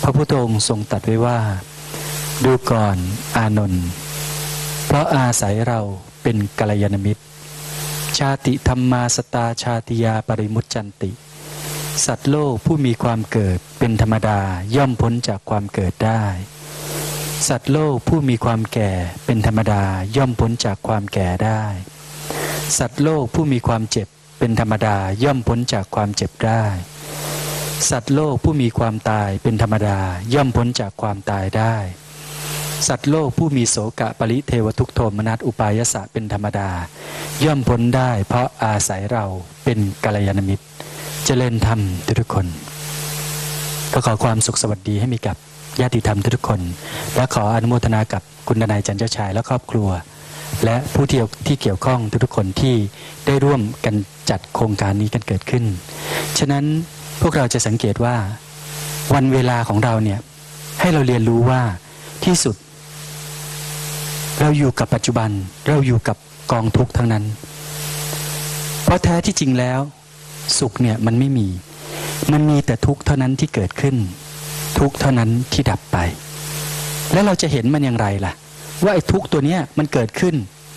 ระพุทธองค์ทรงตรัสไว้ว่าดูก่อนอานนท์เพราะอาศัยเราเป็นกัลยาณมิตรชาติธรรมาสตาชาติยาปริมุจจันติสัตว์โลกผู้มีความเกิดเป็นธรรมดาย่อมพ้นจากความเกิดได้สัตว์โลกผู้มีความแก่เป็นธรรมดาย่อมพ้นจากความแก่ได้สัตว์โลกผู้มีความเจ็บเป็นธรรมดาย่อมพ้นจากความเจ็บได้สัตว์โลกผู้มีความตายเป็นธรรมดาย่อมพ้นจากความตายได้สัตว์โลกผู้มีโสกะปริเทวทุกโทมนัสอุปายสะเป็นธรรมดาย่อมพ้นได้เพราะอาศัยเราเป็นกัลยาณมิตรเจริญธรรมทุกคนก็ขอความสุขสวัสดีให้มีกับญาติธรรมทุกคนและขออนุโมทนากับคุณนายจันเจ้าชายและครอบครัวและผู้ที่เกี่ยวข้องทุกคนที่ได้ร่วมกันจัดโครงการนี้กันเกิดขึ้นฉะนั้นพวกเราจะสังเกตว่าวันเวลาของเราเนี่ยให้เราเรียนรู้ว่าที่สุดเราอยู่กับปัจจุบันเราอยู่กับกองทุกข์ทั้งนั้นเพราะแท้ที่จริงแล้วสุขเนี่ยมันไม่มีมันมีแต่ทุกข์เท่านั้นที่เกิดขึ้นทุกข์เท่านั้นที่ดับไปแล้วเราจะเห็นมันอย่างไรล่ะว่าไอ้ทุกข์ตัวเนี้ยมันเกิดขึ้น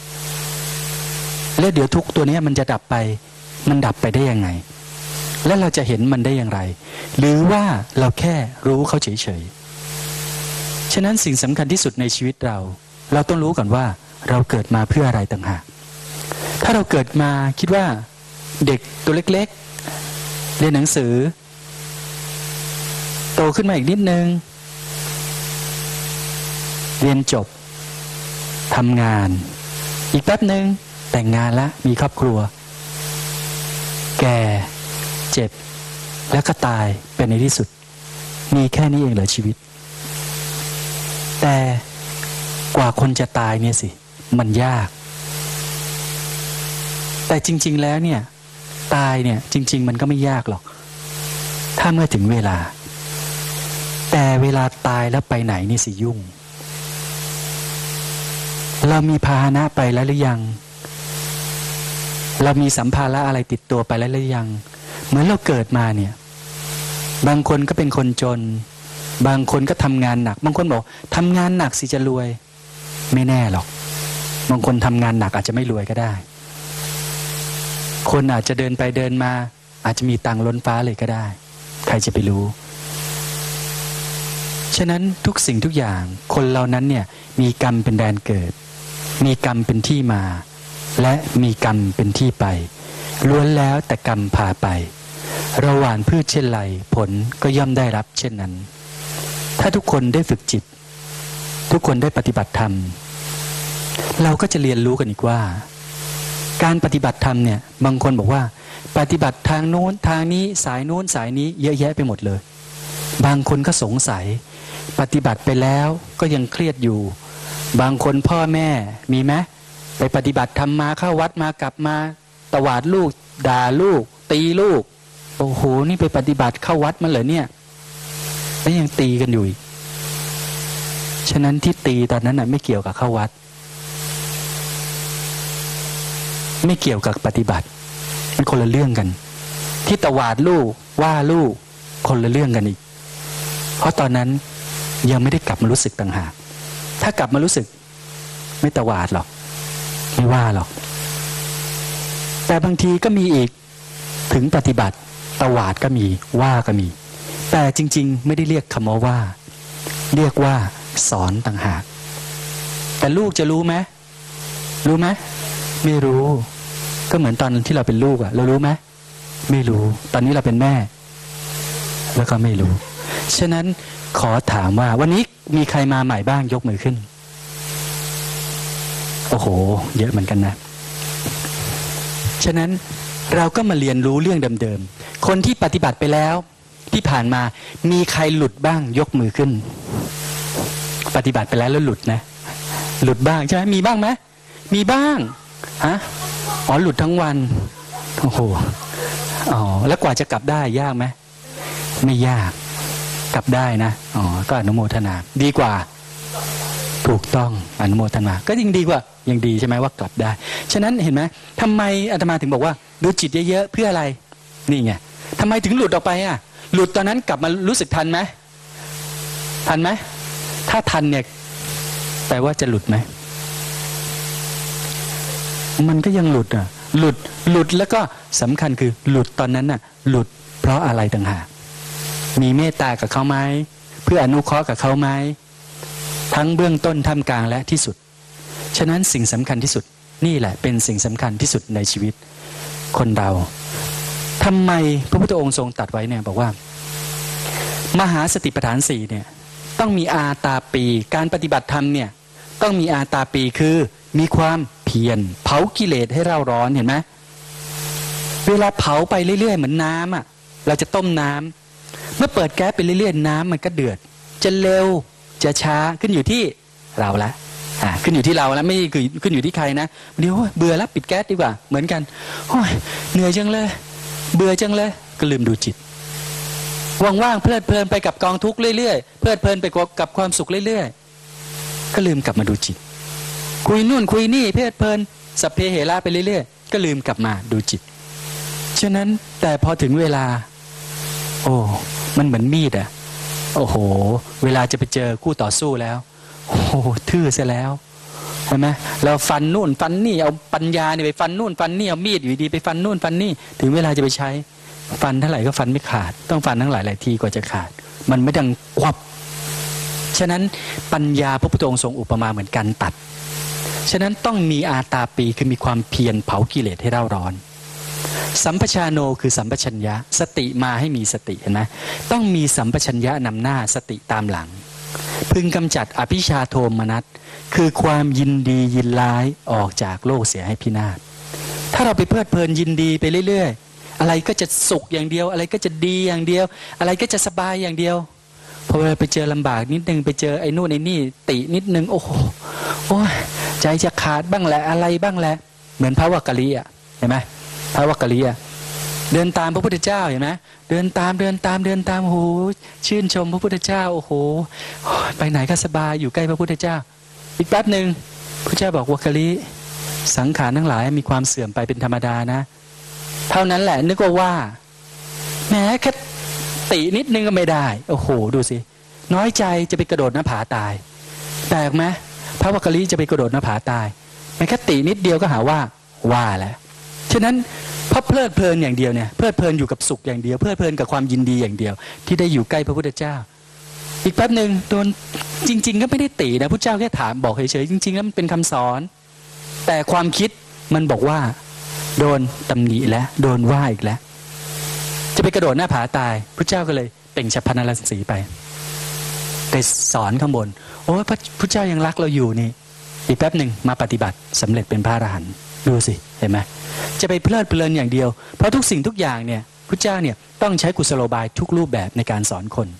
แล้วเดี๋ยวทุกข์ตัวเนี้ยมันจะดับไปมันดับไปได้ยังไงแล้วเราจะเห็นมันได้อย่างไรหรือว่าเราแค่รู้เขาเฉยๆฉะนั้นสิ่งสำคัญที่สุดในชีวิตเราต้องรู้ก่อนว่าเราเกิดมาเพื่ออะไรต่างหากถ้าเราเกิดมาคิดว่าเด็กตัวเล็กๆเรียนหนังสือโตขึ้นมาอีกนิดนึงเรียนจบทำงานอีกแป๊บนึงแต่งงานแล้วมีครอบครัวแก่เจ็บแล้วก็ตายเป็นในที่สุดมีแค่นี้เองเหรอชีวิตแต่กว่าคนจะตายเนี่ยสิมันยากแต่จริงๆแล้วเนี่ยตายเนี่ยจริงๆมันก็ไม่ยากหรอกถ้าเมื่อถึงเวลาแต่เวลาตายแล้วไปไหนนี่สิยุ่งเรามีพาหนะไปแล้วหรือยังเรามีสัมภาระอะไรติดตัวไปแล้วหรือยังเหมือนเราเกิดมาเนี่ยบางคนก็เป็นคนจนบางคนก็ทำงานหนักบางคนบอกทำงานหนักสิจะรวยไม่แน่หรอกบางคนทำงานหนักอาจจะไม่รวยก็ได้คนอาจจะเดินไปเดินมาอาจจะมีตังค์ล้นฟ้าเลยก็ได้ใครจะไปรู้ฉะนั้นทุกสิ่งทุกอย่างคนเรานั้นเนี่ยมีกรรมเป็นแดนเกิดมีกรรมเป็นที่มาและมีกรรมเป็นที่ไปล้วนแล้วแต่กรรมพาไปเราหว่านพืชเช่นไรผลก็ย่อมได้รับเช่นนั้นถ้าทุกคนได้ฝึกจิตทุกคนได้ปฏิบัติธรรมเราก็จะเรียนรู้กันอีกว่าการปฏิบัติธรรมเนี่ยบางคนบอกว่าปฏิบัติทางโน้นทางนี้สายโน้นสายนี้เยอะแยะไปหมดเลยบางคนก็สงสัยปฏิบัติไปแล้วก็ยังเครียดอยู่บางคนพ่อแม่มีไหมไปปฏิบัติธรรมมาเข้าวัดมากลับมาตวาดลูกด่าลูกตีลูกโอ้โหนี่ไปปฏิบัติเข้าวัดมาเหรอเนี่ยแล้วยังตีกันอยู่ฉะนั้นที่ตีตอนนั้นน่ะไม่เกี่ยวกับเข้าวัดไม่เกี่ยวกับปฏิบัติมันคนละเรื่องกันที่ตวาดลูกว่าลูกคนละเรื่องกันอีกเพราะตอนนั้นยังไม่ได้กลับมารู้สึกต่างหากถ้ากลับมารู้สึกไม่ตวาดหรอกไม่ว่าหรอกแต่บางทีก็มีอีกถึงปฏิบัติตวาดก็มีว่าก็มีแต่จริงๆไม่ได้เรียกคำว่าเรียกว่าสอนต่างหากแต่ลูกจะรู้ไหมรู้ไหมไม่รู้ก็เหมือนตอนที่เราเป็นลูกอะเรารู้ไหมไม่รู้ตอนนี้เราเป็นแม่แล้วก็ไม่รู้ฉะนั้นขอถามว่าวันนี้มีใครมาใหม่บ้างยกมือขึ้นโอ้โหเยอะเหมือนกันนะฉะนั้นเราก็มาเรียนรู้เรื่องเดิมๆคนที่ปฏิบัติไปแล้วที่ผ่านมามีใครหลุดบ้างยกมือขึ้นปฏิบัติไปแล้วหลุดนะหลุดบ้างใช่ไหมมีบ้างไหมมีบ้างฮะอ๋อหลุดทั้งวันโอ้โหอ๋อแล้วกว่าจะกลับได้ยากไหมไม่ยากกลับได้นะอ๋อก็อนุโมทนาดีกว่าถูกต้องอนุโมทนาก็ยิ่งดีกว่ายังดีใช่ไหมว่ากลับได้ฉะนั้นเห็นไหมทำไมอาตมาถึงบอกว่าดูจิตเยอะๆเพื่ออะไรนี่ไงทำไมถึงหลุดออกไปอ่ะหลุดตอนนั้นกลับมารู้สึกทันไหมทันไหมถ้าทันเนี่ยแปลว่าจะหลุดไหมมันก็ยังหลุดอ่ะหลุดแล้วก็สำคัญคือหลุดตอนนั้นน่ะหลุดเพราะอะไรต่างหากมีเมตตากับเขาไหมเพื่ออนุเคราะห์กับเขาไหมทั้งเบื้องต้นท่ามกลางและที่สุดฉะนั้นสิ่งสำคัญที่สุดนี่แหละเป็นสิ่งสำคัญที่สุดในชีวิตคนเราทำไมพระพุทธองค์ทรงตรัสไว้เนี่ยบอกว่ามหาสติปัฏฐาน4เนี่ยต้องมีอาตาปีการปฏิบัติธรรมเนี่ยต้องมีอาตาปีคือมีความเพียรเผากิเลสให้เราร้อนเห็นไหมเวลาเผาไปเรื่อยๆเหมือนน้ำอ่ะเราจะต้มน้ำเมื่อเปิดแก๊สไปเรื่อยๆน้ำมันก็เดือดจะเร็วจะช้าขึ้นอยู่ที่เราละขึ้นอยู่ที่เราแล้วไม่ขึ้นอยู่ที่ใครนะเดี๋ยวเบื่อแล้วปิดแก๊สดีกว่าเหมือนกันโอ้ยเหนื่อยจังเลยเบื่อจังเลยก็ลืมดูจิตว่างๆเพลิดเพลินไปกับกองทุกข์เรื่อยๆเพลิดเพลินไปกับความสุขเรื่อยๆก็ลืมกลับมาดูจิตคุยนู่นคุยนี่เพลิดเพลินสัพเพเหระไปเรื่อยๆก็ลืมกลับมาดูจิตฉะนั้นแต่พอถึงเวลาโอ้มันเหมือนมีดอ่ะโอ้โหเวลาจะไปเจอคู่ต่อสู้แล้วโอ้โหทื่อซะแล้วใช่ไหมเราฟันนู่นฟันนี่เอาปัญญาเนี่ยไปฟันนู่นฟันนี่เอามีดอยู่ดีไปฟันนู่นฟันนี่ถึงเวลาจะไปใช้ฟันเท่าไหร่ก็ฟันไม่ขาดต้องฟันทั้งหลายทีกว่าจะขาดมันไม่ดังควับฉะนั้นปัญญาพระพุทธองค์ทรงอุปมาเหมือนกันตัดฉะนั้นต้องมีอาตาปีคือมีความเพียรเผากิเลสให้เร่าร้อนสัมปชาโนคือสัมปชัญญะสติมาให้มีสติเห็นไหมต้องมีสัมปชัญญะนำหน้าสติตามหลังพึงกำจัดอภิชาโทมนัสคือความยินดียินร้ายออกจากโลกเสียให้พินาศถ้าเราไปเพลิดเพลินยินดีไปเรื่อยๆอะไรก็จะสุขอย่างเดียวอะไรก็จะดีอย่างเดียวอะไรก็จะสบายอย่างเดียวพอเวลาไปเจอลำบากนิดนึงไปเจอไอ้นู่นไอ้นี่ตินิดนึงโอ้โหโอ้ยใจจะขาดบ้างแหละอะไรบ้างแหละเหมือนพระวักกะลิอ่ะเห็นไหมพระวักกะลิอ่ะเดินตามพระพุทธเจ้าเห็นไหมเดินตามโอ้โหชื่นชมพระพุทธเจ้าโอ้โหไปไหนก็สบายอยู่ใกล้พระพุทธเจ้าอีกแป๊บหนึ่งพระเจ้าบอกวักกะลิสังขารทั้งหลายมีความเสื่อมไปเป็นธรรมดานะเท่านั้นแหละนึกว่าแม้แค่ตินิดนึงก็ไม่ได้โอ้โหดูสิน้อยใจจะไปกระโดดหน้าผาตายแปลกไหมพระวักกะลิจะไปกระโดดหน้าผาตายแม้แค่ตินิดเดียวก็หาว่าแล้วฉะนั้นเพราะเพลิดเพลินอย่างเดียวเนี่ยเพลิดเพลินอยู่กับสุขอย่างเดียวเพลิดเพลินกับความยินดีอย่างเดียวที่ได้อยู่ใกล้พระพุทธเจ้าอีกแป๊บหนึ่งโดนจริงๆก็ไม่ได้ตินะพระเจ้าแค่ถามบอกเฉยๆจริงๆแล้วมันเป็นคำสอนแต่ความคิดมันบอกว่าโดนตำหนิแล้วโดนว่าอีกแล้วจะไปกระโดดหน้าผาตายพระเจ้าก็เลยเปล่งฉัพพนรังสีไปสอนข้างบนโอ้พระเจ้ายังรักเราอยู่นี่อีกแป๊บหนึ่งมาปฏิบัติสำเร็จเป็นพระอรหันต์ดูสิเห็นไหมจะไปเพลิดเพลินอย่างเดียวเพราะทุกสิ่งทุกอย่างเนี่ยพระเจ้าเนี่ยต้องใช้กุศโลบายทุกรูปแบบในการสอนคน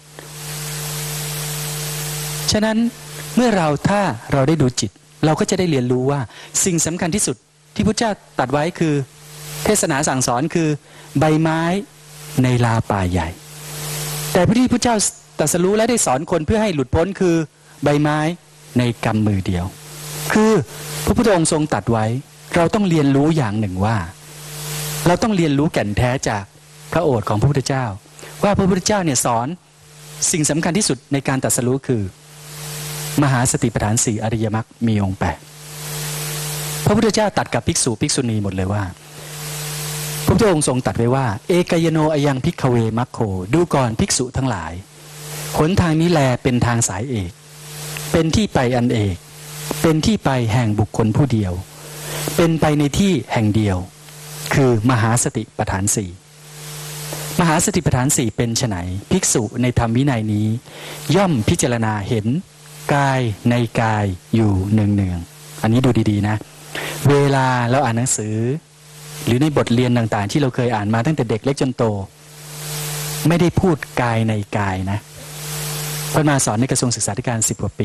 ฉะนั้นเมื่อถ้าเราได้ดูจิตเราก็จะได้เรียนรู้ว่าสิ่งสำคัญที่สุดที่พระเจ้าตรัสไว้คือเทศนาสั่งสอนคือใบไม้ในลาป่าใหญ่แต่ที่พระเจ้าตรัสรู้และได้สอนคนเพื่อให้หลุดพ้นคือใบไม้ในกำมือเดียวคือพระพุทธองค์ทรงตรัสไว้เราต้องเรียนรู้อย่างหนึ่งว่าเราต้องเรียนรู้แก่นแท้จากพระโอษฐ์ของพระพุทธเจ้าว่าพระพุทธเจ้าเนี่ยสอนสิ่งสำคัญที่สุดในการตรัสรู้คือมหาสติปัฏฐาน4อริยมรรคมีองค์8พระพุทธเจ้าตรัสกับภิกษุภิกษุณีหมดเลยว่าพระพุทธองค์ทรงตรัสไว้ว่าเอกยโนอยังภิกขเวมัคโคดูก่อนภิกษุทั้งหลายหนทางนี้แลเป็นทางสายเอกเป็นที่ไปอันเอกเป็นที่ไปแห่งบุคคลผู้เดียวเป็นไปในที่แห่งเดียวคือมหาสติปัฏฐาน4มหาสติปัฏฐาน4เป็นไฉนภิกษุในธรรมวินัยนี้ย่อมพิจารณาเห็นกายในกายอยู่เนืองๆอันนี้ดูดีๆนะเวลาเราอ่านหนังสือหรือในบทเรียนต่างๆที่เราเคยอ่านมาตั้งแต่เด็กเล็กจนโตไม่ได้พูดกายในกายนะพระมาสอนในกระทรวงศึกษาธิการ10 กว่าปี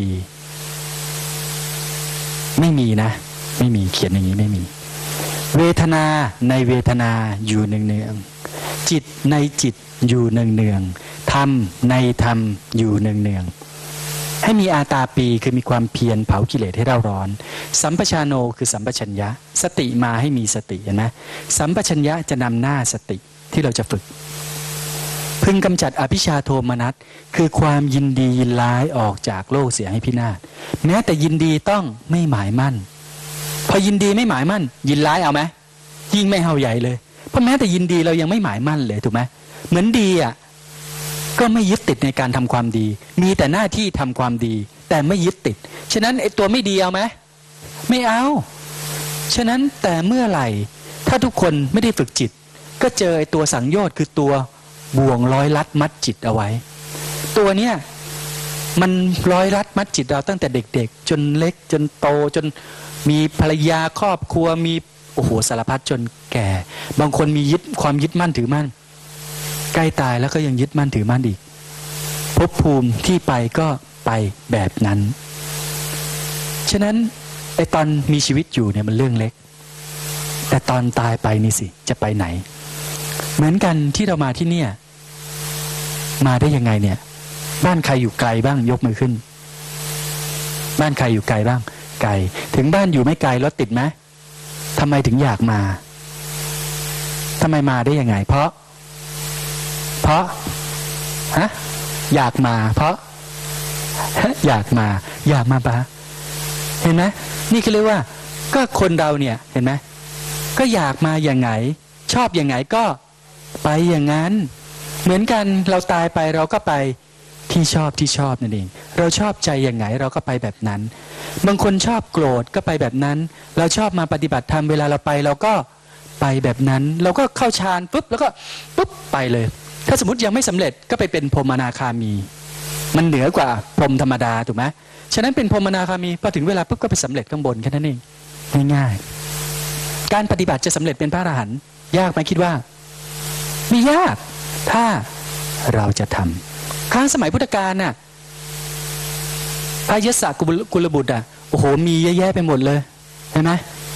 ไม่มีนะไม่มีเขียนอย่างนี้ไม่มีเวทนาในเวทนาอยู่เนืองๆจิตในจิตอยู่เนืองๆธรรมในธรรมอยู่เนืองๆให้มีอาตาปีคือมีความเพียรเผากิเลสให้เร่าร้อนสัมปชาโนคือสัมปชัญญะสติมาให้มีสติเห็นไหมสัมปชัญญะจะนำหน้าสติที่เราจะฝึกพึงกำจัดอภิชาโทมนัสคือความยินดียินร้ายออกจากโลกเสียให้พินาศแม้แต่ยินดีต้องไม่หมายมั่นพอยินดีไม่หมายมั่นยินร้ายเอาไหมยิ่งไม่เอาใหญ่เลยเพราะแม้แต่ยินดีเรายังไม่หมายมั่นเลยถูกไหมเหมือนดีอ่ะก็ไม่ยึดติดในการทำความดีมีแต่หน้าที่ทำความดีแต่ไม่ยึดติดฉะนั้นไอ้ตัวไม่ดีเอาไหมไม่เอาฉะนั้นแต่เมื่อไหร่ถ้าทุกคนไม่ได้ฝึกจิตก็เจอไอ้ตัวสังโยชน์คือตัวบ่วงร้อยลัดมัดจิตเอาไว้ตัวเนี้ยมันร้อยลัดมัดจิตเราตั้งแต่เด็กๆจนเล็กจนโตจนมีภรรยาครอบครัวมีโอ้โหสารพัดจนแก่บางคนมีความยึดมั่นถือมั่นใกล้ตายแล้วก็ยังยึดมั่นถือมั่นอีกภพภูมิที่ไปก็ไปแบบนั้นฉะนั้นไอ้ตอนมีชีวิตอยู่เนี่ยมันเรื่องเล็กแต่ตอนตายไปนี่สิจะไปไหนเหมือนกันที่เรามาที่เนี่ยมาได้ยังไงเนี่ยบ้านใครอยู่ไกลบ้างยกมือขึ้นบ้านใครอยู่ไกลบ้างไกลถึงบ้านอยู่ไม่ไกลรถติดไหมทำไมถึงอยากมาทำไมมาได้ยังไงเพราะฮะอยากมาเพราะอยากมาปะเห็นไหมนี่คือเรียกว่าก็คนเราเนี่ยเห็นไหมก็อยากมาอย่างไงชอบอย่างไงก็ไปอย่างนั้นเหมือนกันเราตายไปเราก็ไปที่ชอบนั่นเองเราชอบใจอย่างไงเราก็ไปแบบนั้นบางคนชอบโกรธก็ไปแบบนั้นเราชอบมาปฏิบัติธรรมเวลาเราไปเราก็ไปแบบนั้นเราก็เข้าฌานปุ๊บแล้วก็ปุ๊บไปเลยถ้าสมมติยังไม่สำเร็จก็ไปเป็นพรหมอนาคามีมันเหนือกว่าพรหมธรรมดาถูกไหมฉะนั้นเป็นพรหมอนาคามีพอถึงเวลาปุ๊บก็ไปสำเร็จข้างบนแค่นั้นเองง่ายๆการปฏิบัติจะสำเร็จเป็นพระอรหันต์ยากไหมคิดว่าไม่ยากถ้าเราจะทำครั้งสมัยพุทธกาลน่ะพระยศกุลบุตรอ่ะโอ้โหมีเยอะแยะไปหมดเลยเห็นไหม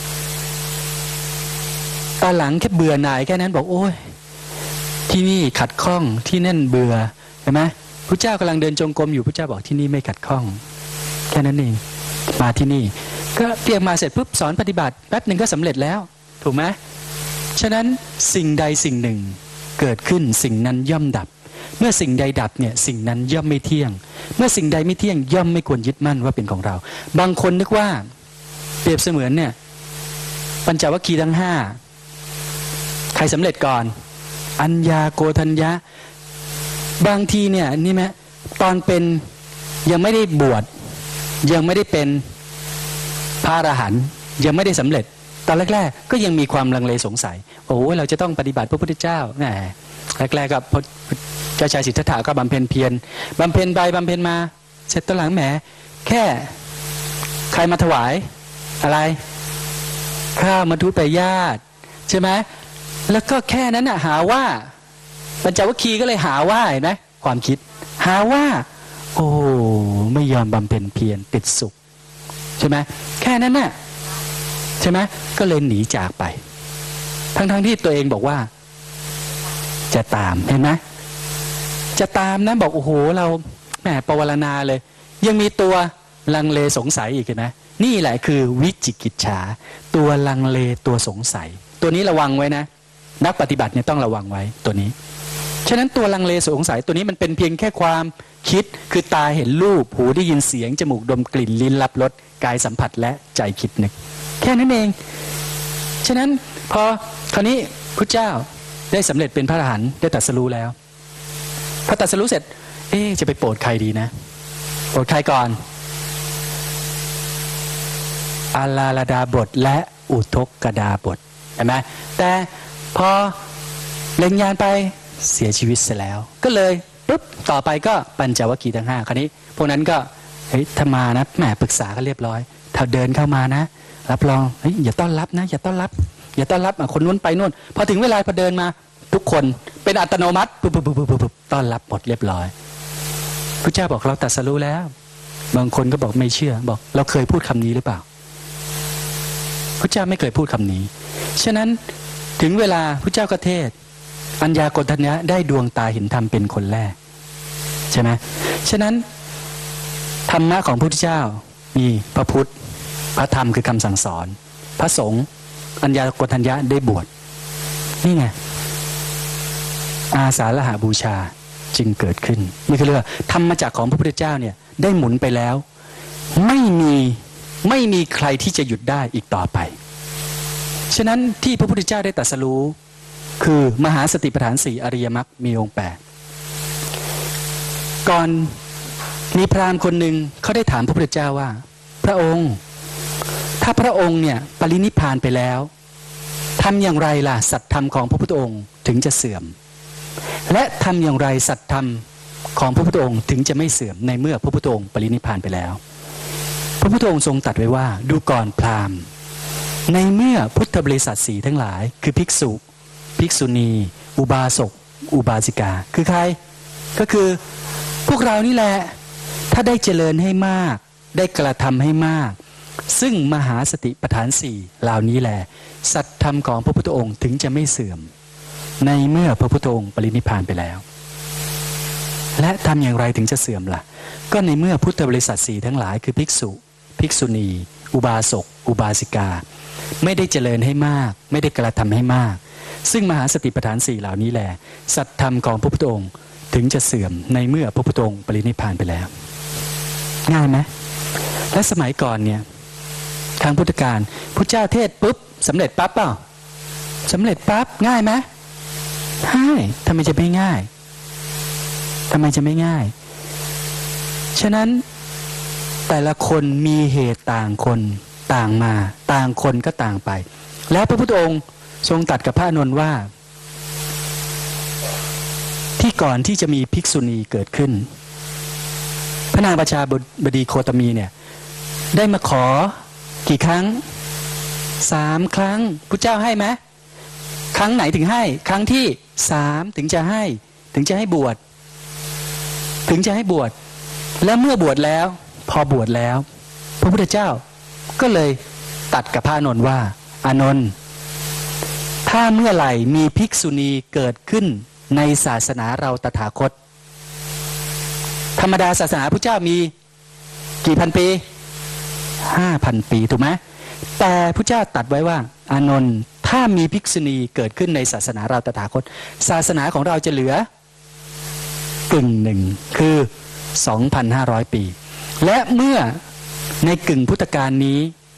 ตอนหลังแค่เบื่อหน่ายแค่นั้นบอกโอ้ยที่นี่ขัดข้องที่นั่นเบื่อเห็นไหมพระเจ้ากำลังเดินจงกรมอยู่พระเจ้าบอกที่นี่ไม่ขัดข้องแค่นั้นเองมาที่นี่ก็เรียกมาเสร็จปุ๊บสอนปฏิบัติแป๊บหนึ่งก็สำเร็จแล้วถูกไหมฉะนั้นสิ่งใดสิ่งหนึ่งเกิดขึ้นสิ่งนั้นย่อมดับเมื่อสิ่งใดดับเนี่ยสิ่งนั้นย่อมไม่เที่ยงเมื่อสิ่งใดไม่เที่ยงย่อมไม่ควรยึดมั่นว่าเป็นของเราบางคนนึกว่าเปรียบเสมือนเนี่ยปัญจวัคคีย์ทั้งห้าใครสำเร็จก่อนอัญญาโกฏัญญะบางทีเนี่ยนี่ไหมตอนเป็นยังไม่ได้บวชยังไม่ได้เป็นพระอรหันต์ยังไม่ได้สำเร็จตอนแรกๆก็ยังมีความลังเลสงสัยโอ้เราจะต้องปฏิบัติพระพุทธเจ้าแหมแรกๆก็เจ้าชายสิทธัตถะก็บำเพ็ญเพียรบำเพ็ญไปบำเพ็ญมาเสร็จตอนหลังแหมแค่ใครมาถวายอะไรข้าวมัทุปายาตใช่ไหมแล้วก็แค่นั้นน่ะหาว่าปัญจวัคคีย์ก็เลยหาว่าเห็นไหมความคิดหาว่าโอ้ไม่ยอมบำเพ็ญเพียรติดสุขใช่ไหมแค่นั้นน่ะใช่ไหมก็เลยหนีจากไปทั้งที่ตัวเองบอกว่าจะตามเห็นไหมจะตามนะบอกโอ้โหเราแหมปวารณาเลยยังมีตัวลังเลสงสัยอีกเห็นไหมนี่แหละคือวิจิกิจฉาตัวลังเลตัวสงสัยตัวนี้ระวังไว้นะนักปฏิบัติเนี่ยต้องระวังไว้ตัวนี้ฉะนั้นตัวลังเลสงสัยตัวนี้มันเป็นเพียงแค่ความคิดคือตาเห็นรูปหูได้ยินเสียงจมูกดมกลิ่นลิ้นรับรสกายสัมผัสและใจคิดนึกแค่นั้นเองฉะนั้นพอคราวนี้พุทธเจ้าได้สำเร็จเป็นพระอรหันต์ได้ตรัสรู้แล้วพอตรัสรู้เสร็จจะไปโปรดใครดีนะโปรดใครก่อนอาลาลดาบทและอุทกดาบทเห็นไหมแต่พอเล็งญาณไปเสียชีวิตเสียแล้วก็เลยปุ๊บต่อไปก็ปัญจวัคคีย์ทั้งห้าคราวนี้พวกนั้นก็ถ้ามานะแหมปรึกษากันเรียบร้อยถ้าเดินเข้ามานะรับรองอย่าต้อนรับนะอย่าต้อนรับคนนู้นไปนู่นพอถึงเวลาพอเดินมาทุกคนเป็นอัตโนมัติปุ๊บต้อนรับหมดเรียบร้อยพระเจ้าบอกเราตรัสรู้แล้วบางคนก็บอกไม่เชื่อบอกเราเคยพูดคำนี้หรือเปล่าพระเจ้าไม่เคยพูดคำนี้ฉะนั้นถึงเวลาพระเจ้าก็เทศอัญญาโกฏัญญะได้ดวงตาเห็นธรรมเป็นคนแรกใช่ไหมฉะนั้นธรรมะของพระพุทธเจ้ามีพระพุทธพระธรรมคือคำสั่งสอนพระสงฆ์อัญญาโกฏัญญะได้บวชนี่ไงอาสาฬหบูชาจึงเกิดขึ้นนี่คือเรื่องธรรมจักรของพระพุทธเจ้าเนี่ยได้หมุนไปแล้วไม่มีใครที่จะหยุดได้อีกต่อไปฉะนั้นที่พระพุทธเจ้าได้ตรัสรู้คือมหาสติปัฏฐาน4อริยมรรคมีองค์8ก่อนมีพราหมณ์คนหนึ่งเขาได้ถามพระพุทธเจ้าว่าพระองค์ถ้าพระองค์เนี่ยปรินิพพานไปแล้วทำอย่างไรล่ะสัตธรรมของพระพุทธองค์ถึงจะเสื่อมและทำอย่างไรสัตธรรมของพระพุทธองค์ถึงจะไม่เสื่อมในเมื่อพระพุทธองค์ปรินิพพานไปแล้วพระพุทธองค์ทรงตรัสไว้ว่าดูก่อนพราหมณ์ในเมื่อพุทธบริษัท4ทั้งหลายคือภิกษุภิกษุณีอุบาสกอุบาสิกาคือใครก็คือพวกเรานี่แหละถ้าได้เจริญให้มากได้กระทำให้มากซึ่งมหาสติปัฏฐาน4เหล่านี้แหละสัตธรรมของพระพุทธองค์ถึงจะไม่เสื่อมในเมื่อพระพุทธองค์ปรินิพพานไปแล้วและทำอย่างไรถึงจะเสื่อมล่ะก็ในเมื่อพุทธบริษัท4ทั้งหลายคือภิกษุภิกษุณีอุบาสกอุบาสิกาไม่ได้เจริญให้มากไม่ได้กระทำให้มากซึ่งมหาสติปัฏฐาน4เหล่านี้แหละสัตธรรมของพระพุทธองค์ถึงจะเสื่อมในเมื่อพระพุทธองค์ปรินิพพานไปแล้วง่ายไหมและสมัยก่อนเนี่ยทางพุทธกาลพุทธเจ้าเทศปุ๊บสำเร็จปั๊บเปล่าสำเร็จปั๊บง่ายไหมง่ายทำไมจะไม่ง่ายทำไมจะไม่ง่ายฉะนั้นแต่ละคนมีเหตุต่างคนต่างมาต่างคนก็ต่างไปแล้วพระพุทธองค์ทรงตรัสกับพระอานนท์ว่าที่ก่อนที่จะมีภิกษุณีเกิดขึ้นพระนางประชาบดีโคตมีเนี่ยได้มาขอกี่ครั้ง3 ครั้งพุทธเจ้าให้ไหมครั้งไหนถึงให้ครั้งที่3ถึงจะให้บวชและเมื่อบวชแล้วพอบวชแล้วพระพุทธเจ้าก็เลยตัดกับพระอานนท์ว่าอานนท์ถ้าเมื่อไหร่มีภิกษุณีเกิดขึ้นในศาสนาเราตถาคตธรรมดาศาสนาพระเจ้ามีกี่พันปี5,000 ปีถูกไหมแต่พระเจ้าตรัสไว้ว่าอานนท์ถ้ามีภิกษุณีเกิดขึ้นในศาสนาเราตถาคตศาสนาของเราจะเหลือกึ่งหนึ่งคือ 2,500 ปีและเมื่อในกึ่งพุทธกาลนี้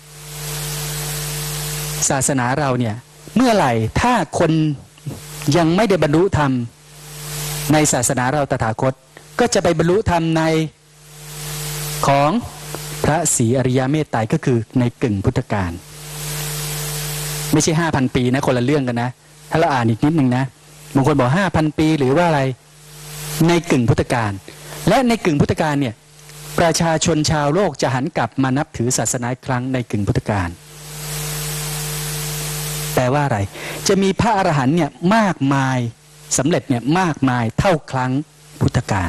ศาสนาเราเนี่ยเมื่อไหร่ถ้าคนยังไม่ได้บรรลุธรรมในศาสนาเราตถาคตก็จะไปบรรลุธรรมในของพระศรีอริยเมตไตรก็คือในกึ่งพุทธกาลไม่ใช่ 5,000 ปีนะคนละเรื่องกันนะถ้าเราอ่านอีกนิดนึงนะบางคนบอก 5,000 ปีหรือว่าอะไรในกึ่งพุทธกาลและในกึ่งพุทธกาลเนี่ยประชาชนชาวโลกจะหันกลับมานับถือศาสนาอีกครั้งในกึ่งพุทธกาลแปลว่าอะไรจะมีพระอรหันต์เนี่ยมากมายสำเร็จเนี่ยมากมายเท่าครั้งพุทธกาล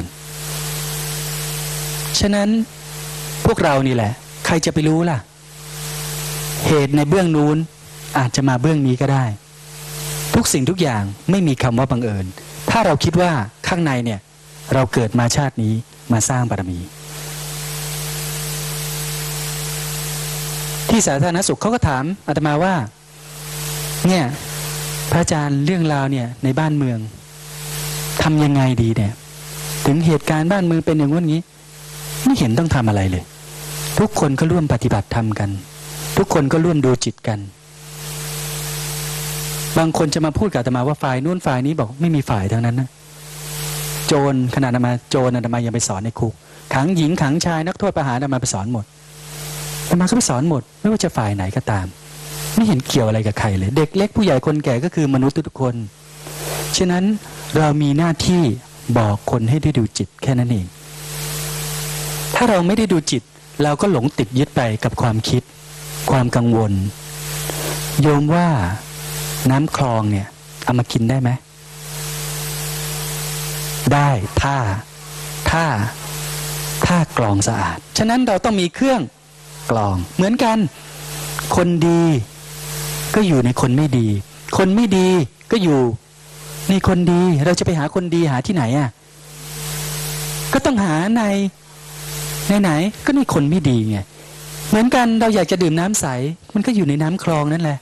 ฉะนั้นพวกเรานี่แหละใครจะไปรู้ล่ะเหตุในเบื้องนู้นอาจจะมาเบื้องนี้ก็ได้ทุกสิ่งทุกอย่างไม่มีคำว่าบังเอิญถ้าเราคิดว่าข้างในเนี่ยเราเกิดมาชาตินี้มาสร้างบารมีที่สาธารณสุขเขาก็ถามอาตมาว่าเนี่ยพระอาจารย์เรื่องราวเนี่ยในบ้านเมืองทำยังไงดีเนี่ยถึงเหตุการณ์บ้านเมืองเป็นอย่างนี้ไม่เห็นต้องทำอะไรเลยทุกคนก็ร่วมปฏิบัติธรรมกันทุกคนก็ร่วมดูจิตกันบางคนจะมาพูดกับอาตมาว่าฝ่ายนู้นฝ่ายนี้บอกไม่มีฝ่ายทั้งนั้นนะโจรขนาดอาตมาโจรอาตมายังไปสอนในคุกขังหญิงขังชายนักโทษประหารอาตมาไปสอนหมดอาตมาก็ไปสอนหมดไม่ว่าจะฝ่ายไหนก็ตามไม่เห็นเกี่ยวอะไรกับใครเลยเด็กเล็กผู้ใหญ่คนแก่ก็คือมนุษย์ทุกคนฉะนั้นเรามีหน้าที่บอกคนให้ได้ดูจิตแค่นั้นเองถ้าเราไม่ได้ดูจิตเราก็หลงติดยึดไปกับความคิดความกังวลโยมว่าน้ำคลองเนี่ยเอามากินได้ไหมได้ถ้ากรองสะอาดฉะนั้นเราต้องมีเครื่องกรองเหมือนกันคนดีก็อยู่ในคนไม่ดีคนไม่ดีก็อยู่ในคนดีเราจะไปหาคนดีหาที่ไหนอ่ะก็ต้องหาในไหนก็ในคนไม่ดีไงเหมือนกันเราอยากจะดื่มน้ำใสมันก็อยู่ในน้ำคลองนั่นแหละ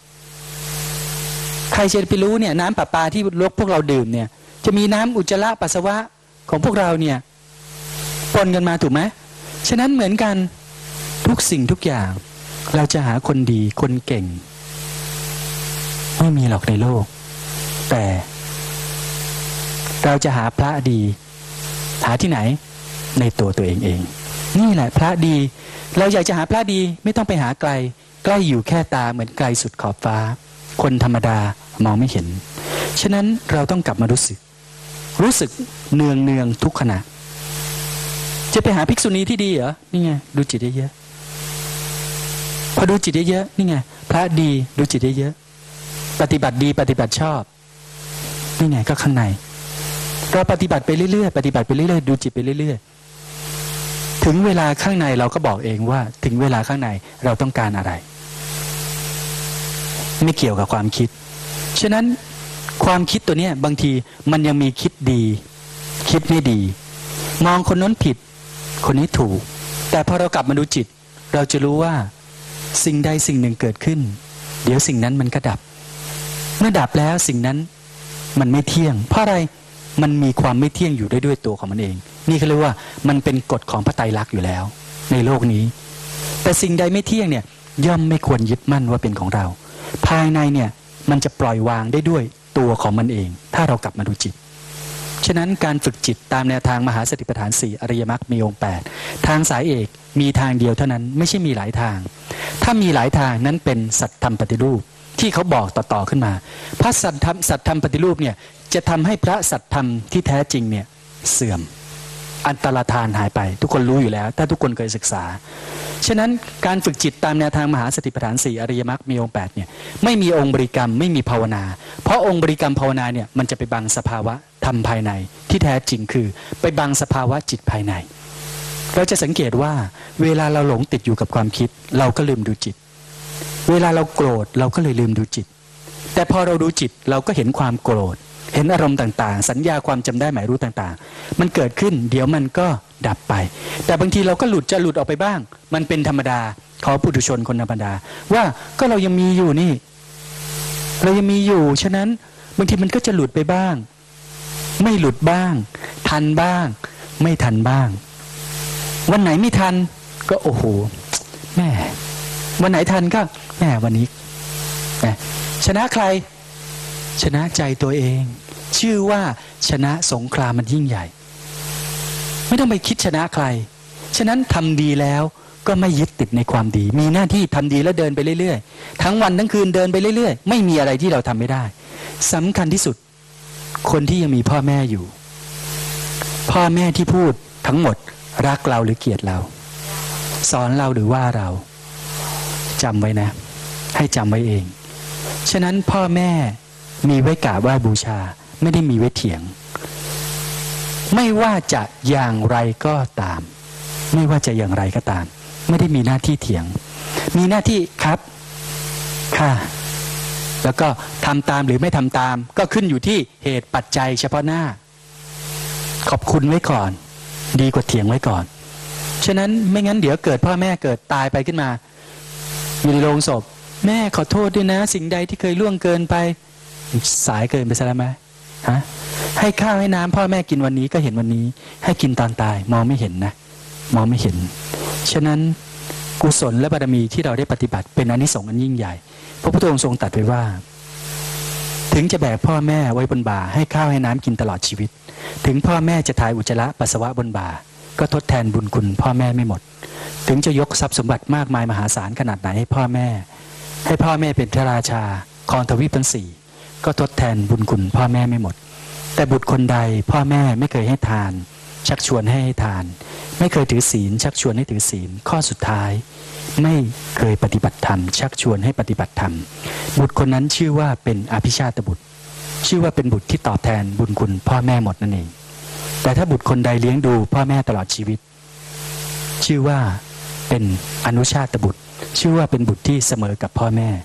ใครจะไปรู้เนี่ยน้ำประปาที่พวกเราดื่มเนี่ยจะมีน้ำอุจจาระปัสสาวะของพวกเราเนี่ยปนกันมาถูกไหมฉะนั้นเหมือนกันทุกสิ่งทุกอย่างเราจะหาคนดีคนเก่งไม่มีหรอกในโลกแต่เราจะหาพระดีหาที่ไหนในตัวเองนี่แหละพระดีเราอยากจะหาพระดีไม่ต้องไปหาไกลใกล้อยู่แค่ตาเหมือนไกลสุดขอบฟ้าคนธรรมดามองไม่เห็นฉะนั้นเราต้องกลับมารู้สึกเนืองทุกขณะจะไปหาภิกษุณีที่ดีเหรอนี่ไงดูจิตเยอะๆพอดูจิตเยอะๆนี่ไงพระดีดูจิตเยอะๆปฏิบัติดีปฏิบัติชอบนี่ไงก็ข้างในเราปฏิบัติไปเรื่อยๆปฏิบัติไปเรื่อยๆดูจิตไปเรื่อยๆถึงเวลาข้างในเราก็บอกเองว่าถึงเวลาข้างในเราต้องการอะไรไม่เกี่ยวกับความคิดฉะนั้นความคิดตัวนี้บางทีมันยังมีคิดดีคิดไม่ดีมองคนนั้นผิดคนนี้ถูกแต่พอเรากลับมาดูจิตเราจะรู้ว่าสิ่งใดสิ่งหนึ่งเกิดขึ้นเดี๋ยวสิ่งนั้นมันก็ดับเมื่อดับแล้วสิ่งนั้นมันไม่เที่ยงเพราะอะไรมันมีความไม่เที่ยงอยู่ด้วยตัวของมันเองนี่เขาเรียกว่ามันเป็นกฎของพระไตรลักษณ์อยู่แล้วในโลกนี้แต่สิ่งใดไม่เที่ยงเนี่ยย่อมไม่ควรยึดมั่นว่าเป็นของเราภายในเนี่ยมันจะปล่อยวางได้ด้วยตัวของมันเองถ้าเรากลับมาดูจิตฉะนั้นการฝึกจิตตามแนวทางมหาสติปัฏฐาน4อริยมรรคมีองค์8ทางสายเอกมีทางเดียวเท่านั้นไม่ใช่มีหลายทางถ้ามีหลายทางนั้นเป็นสัตธรรมปฏิรูปที่เขาบอกต่อๆขึ้นมาพระสัตธรรมปฏิรูปเนี่ยจะทำให้พระสัตธรรมที่แท้จริงเนี่ยเสื่อมอันตรธานหายไปทุกคนรู้อยู่แล้วถ้าทุกคนเคยศึกษาฉะนั้นการฝึกจิตตามแนวทางมหาสติปัฏฐาน4อริยมรรคมีองค์8เนี่ยไม่มีองค์บริกรรมไม่มีภาวนาเพราะองค์บริกรรมภาวนาเนี่ยมันจะไปบังสภาวะธรรมภายในที่แท้จริงคือไปบังสภาวะจิตภายในเราจะสังเกตว่าเวลาเราหลงติดอยู่กับความคิดเราก็ลืมดูจิตเวลาเราโกรธเราก็เลยลืมดูจิตแต่พอเราดูจิตเราก็เห็นความโกรธเห็นอารมณ์ต่างๆสัญญาความจำได้หมายรู้ต่างๆมันเกิดขึ้นเดี๋ยวมันก็ดับไปแต่บางทีเราก็หลุดออกไปบ้างมันเป็นธรรมดาของปุถุชนคนธรรมดาว่าก็เรายังมีอยู่นี่เรายังมีอยู่ฉะนั้นบางทีมันก็จะหลุดไปบ้างไม่หลุดบ้างทันบ้างไม่ทันบ้างวันไหนไม่ทันก็โอ้โหแม่วันไหนทันก็แม่วันนี้ชนะใครชนะใจตัวเองชื่อว่าชนะสงครามมันยิ่งใหญ่ไม่ต้องไปคิดชนะใครฉะนั้นทำดีแล้วก็ไม่ยึดติดในความดีมีหน้าที่ทำดีแล้วเดินไปเรื่อยๆทั้งวันทั้งคืนเดินไปเรื่อยๆไม่มีอะไรที่เราทำไม่ได้สำคัญที่สุดคนที่ยังมีพ่อแม่อยู่พ่อแม่ที่พูดทั้งหมดรักเราหรือเกลียดเราสอนเราหรือว่าเราจำไว้นะให้จำไว้เองฉะนั้นพ่อแม่มีไว้กราบไหว้บูชาไม่ได้มีไว้เถียงไม่ว่าจะอย่างไรก็ตามไม่ว่าจะอย่างไรก็ตามไม่ได้มีหน้าที่เถียงมีหน้าที่ครับค่ะแล้วก็ทำตามหรือไม่ทำตามก็ขึ้นอยู่ที่เหตุปัจจัยเฉพาะหน้าขอบคุณไว้ก่อนดีกว่าเถียงไว้ก่อนฉะนั้นไม่งั้นเดี๋ยวเกิดพ่อแม่เกิดตายไปขึ้นมาอยู่ในโรงศพแม่ขอโทษด้วยนะสิ่งใดที่เคยล่วงเกินไปสายเกินไปซะแล้วไหมฮะให้ข้าวให้น้ำพ่อแม่กินวันนี้ก็เห็นวันนี้ให้กินตอนตายมองไม่เห็นนะมองไม่เห็นฉะนั้นกุศลและบารมีที่เราได้ปฏิบัติเป็นอานิสงส์อันยิ่งใหญ่พระพุทธองค์ทรงตรัสไว้ว่าถึงจะแบกพ่อแม่ไว้บนบ่าให้ข้าวให้น้ำกินตลอดชีวิตถึงพ่อแม่จะถ่ายอุจจาระปัสสาวะบนบ่าก็ทดแทนบุญคุณพ่อแม่ไม่หมดถึงจะยกทรัพย์สมบัติมากมายมหาศาลขนาดไหนให้พ่อแม่เป็นพระราชาครองทวีปทั้งสี่ก็ทดแทนบุญคุณพ่อแม่ไม่หมดแต่บุตรคนใดพ่อแม่ไม่เคยให้ทานชักชวนให้ทานไม่เคยถือศีลชักชวนให้ถือศีลข้อสุดท้ายไม่เคยปฏิบัติธรรมชักชวนให้ปฏิบัติธรรมบุตรคนนั้นชื่อว่าเป็นอภิชาตบุตรชื่อว่าเป็นบุตรที่ตอบแทนบุญคุณพ่อแม่หมดนั่นเองแต่ถ้าบุตรคนใดเลี้ยงดูพ่อแม่ตลอดชีวิตชื่อว่าเป็นอนุชาตบุตรชื่อว่าเป็นบุตรที่เสมอกับพ่อแม่